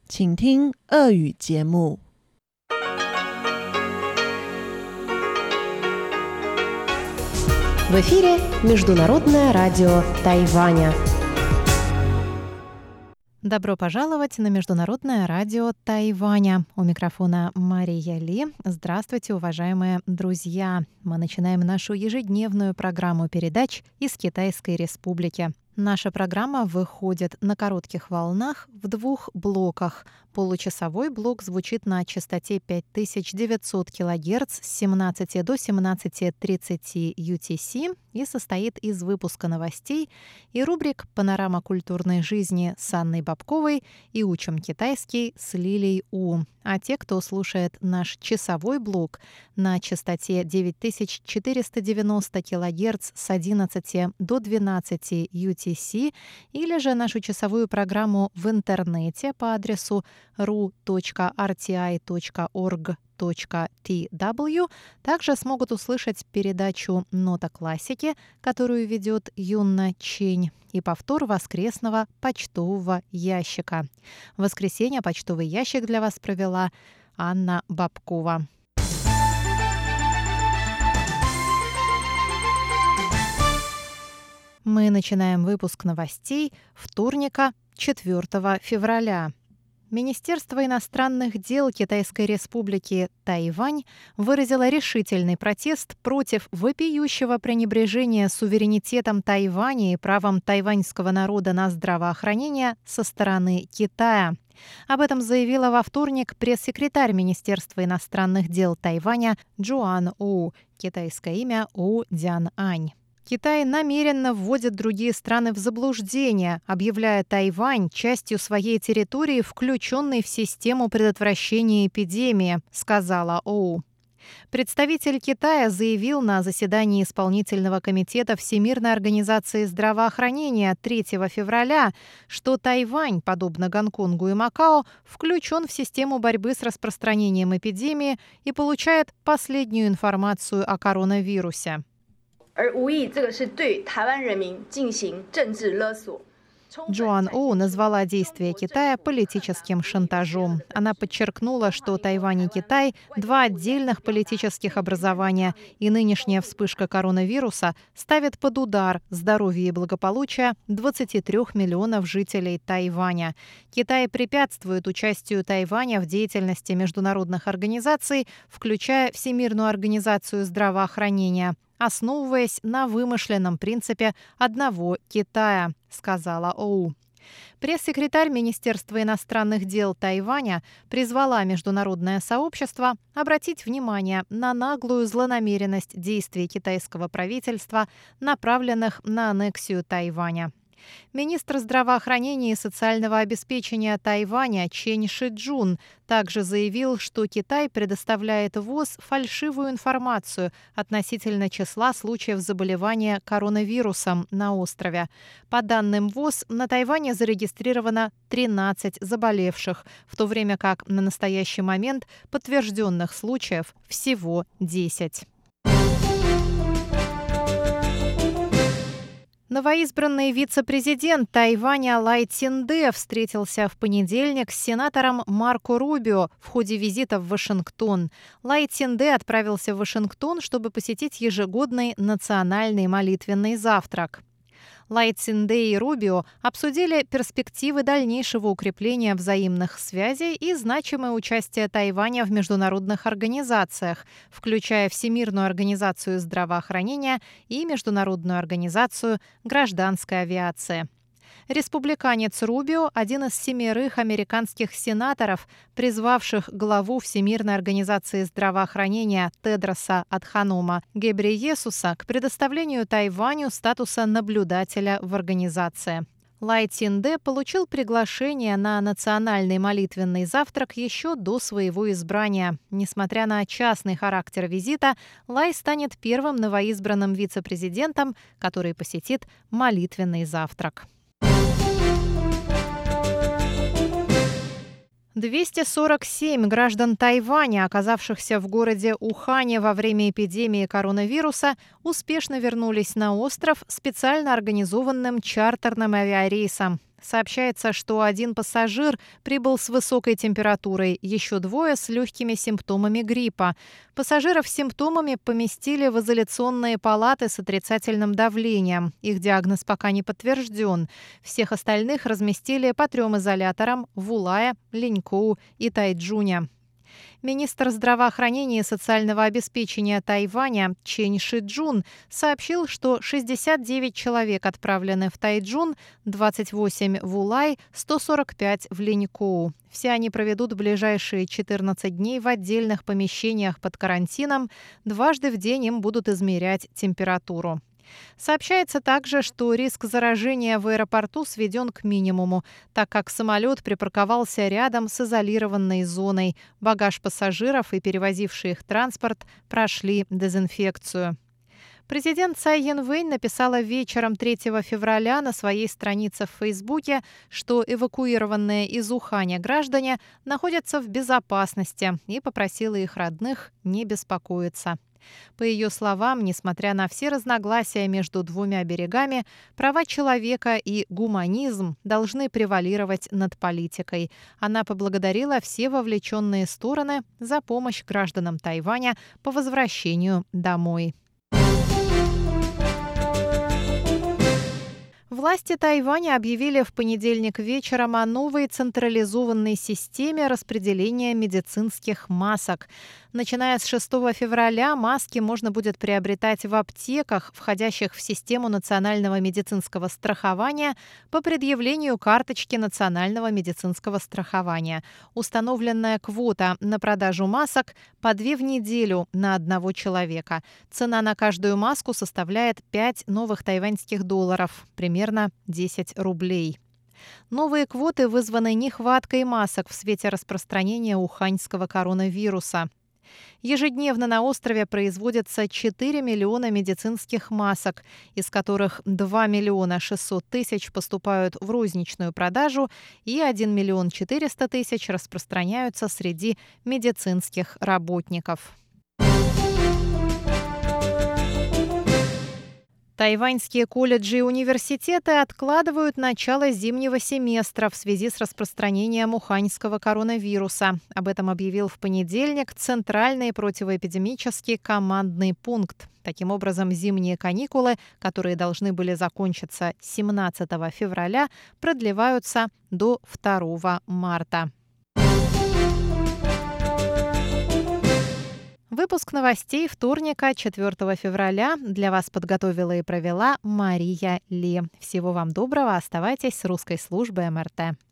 请听俄语节目。 В эфире Международное радио Тайваня. Добро пожаловать на Международное радио Тайваня. У микрофона Мария Ли. Здравствуйте, уважаемые друзья. Мы начинаем нашу ежедневную программу передач из Китайской Республики. Наша программа выходит на коротких волнах в 2 блоках. Получасовой блок звучит на частоте 5900 кГц с 17 до 17:30 UTC и состоит из выпуска новостей и рубрик «Панорама культурной жизни» с Анной Бабковой и «Учим китайский» с Лилией У. А те, кто слушает наш часовой блок на частоте 9490 кГц с 11 до 12 UTC или же нашу часовую программу в интернете по адресу ru.rti.org.tw, также смогут услышать передачу «Нота классики», которую ведет Юнна Чень, и повтор воскресного почтового ящика. В воскресенье почтовый ящик для вас провела Анна Бабкова. Мы начинаем выпуск новостей вторника, 4 февраля. Министерство иностранных дел Китайской Республики Тайвань выразило решительный протест против вопиющего пренебрежения суверенитетом Тайваня и правом тайваньского народа на здравоохранение со стороны Китая. Об этом заявила во вторник пресс-секретарь Министерства иностранных дел Тайваня Джоан У, китайское имя У Дзян Ань. Китай намеренно вводит другие страны в заблуждение, объявляя Тайвань частью своей территории, включенной в систему предотвращения эпидемии, сказала Оу. Представитель Китая заявил на заседании Исполнительного комитета Всемирной организации здравоохранения 3 февраля, что Тайвань, подобно Гонконгу и Макао, включен в систему борьбы с распространением эпидемии и получает последнюю информацию о коронавирусе. Джоан Оу назвала действия Китая политическим шантажом. Она подчеркнула, что Тайвань и Китай – 2 отдельных политических образования, и нынешняя вспышка коронавируса ставит под удар здоровье и благополучие 23 миллионов жителей Тайваня. Китай препятствует участию Тайваня в деятельности международных организаций, включая Всемирную организацию здравоохранения, основываясь на вымышленном принципе одного Китая, сказала Оу. Пресс-секретарь Министерства иностранных дел Тайваня призвала международное сообщество обратить внимание на наглую злонамеренность действий китайского правительства, направленных на аннексию Тайваня. Министр здравоохранения и социального обеспечения Тайваня Чен Шиджун также заявил, что Китай предоставляет ВОЗ фальшивую информацию относительно числа случаев заболевания коронавирусом на острове. По данным ВОЗ, на Тайване зарегистрировано 13 заболевших, в то время как на настоящий момент подтвержденных случаев всего 10. Новоизбранный вице-президент Тайваня Лай Цзиньде встретился в понедельник с сенатором Марко Рубио в ходе визита в Вашингтон. Лай Цзиньде отправился в Вашингтон, чтобы посетить ежегодный национальный молитвенный завтрак. Лай Цзиньде и Рубио обсудили перспективы дальнейшего укрепления взаимных связей и значимое участие Тайваня в международных организациях, включая Всемирную организацию здравоохранения и Международную организацию гражданской авиации. Республиканец Рубио – один из 7 американских сенаторов, призвавших главу Всемирной организации здравоохранения Тедроса Адханома Гебрейесуса к предоставлению Тайваню статуса наблюдателя в организации. Лай Цзиньде получил приглашение на национальный молитвенный завтрак еще до своего избрания. Несмотря на частный характер визита, Лай станет первым новоизбранным вице-президентом, который посетит молитвенный завтрак. 247 граждан Тайваня, оказавшихся в городе Ухане во время эпидемии коронавируса, успешно вернулись на остров специально организованным чартерным авиарейсом. Сообщается, что один пассажир прибыл с высокой температурой, еще двое с легкими симптомами гриппа. Пассажиров с симптомами поместили в изоляционные палаты с отрицательным давлением. Их диагноз пока не подтвержден. Всех остальных разместили по 3 изоляторам в Улае, Линькоу и Тайчжуне. Министр здравоохранения и социального обеспечения Тайваня Чен Ши-джун сообщил, что 69 человек отправлены в Тайчжун, 28 в Улай, 145 в Линькоу. Все они проведут ближайшие 14 дней в отдельных помещениях под карантином. Дважды в день им будут измерять температуру. Сообщается также, что риск заражения в аэропорту сведен к минимуму, так как самолет припарковался рядом с изолированной зоной. Багаж пассажиров и перевозивший их транспорт прошли дезинфекцию. Президент Цай Янвэнь написала вечером 3 февраля на своей странице в Фейсбуке, что эвакуированные из Уханя граждане находятся в безопасности, и попросила их родных не беспокоиться. По ее словам, несмотря на все разногласия между двумя берегами, права человека и гуманизм должны превалировать над политикой. Она поблагодарила все вовлеченные стороны за помощь гражданам Тайваня по возвращению домой. Власти Тайваня объявили в понедельник вечером о новой централизованной системе распределения медицинских масок. Начиная с 6 февраля маски можно будет приобретать в аптеках, входящих в систему национального медицинского страхования, по предъявлению карточки национального медицинского страхования. Установленная квота на продажу масок по 2 в неделю на одного человека. Цена на каждую маску составляет 5 новых тайваньских долларов, примерно 10 рублей. Новые квоты вызваны нехваткой масок в свете распространения уханьского коронавируса. Ежедневно на острове производится 4 миллиона медицинских масок, из которых 2 миллиона 600 тысяч поступают в розничную продажу и 1 миллион 400 тысяч распространяются среди медицинских работников. Тайваньские колледжи и университеты откладывают начало зимнего семестра в связи с распространением уханьского коронавируса. Об этом объявил в понедельник Центральный противоэпидемический командный пункт. Таким образом, зимние каникулы, которые должны были закончиться 17 февраля, продлеваются до 2 марта. Выпуск новостей вторника, 4 февраля, для вас подготовила и провела Мария Ли. Всего вам доброго, оставайтесь с русской службой МРТ.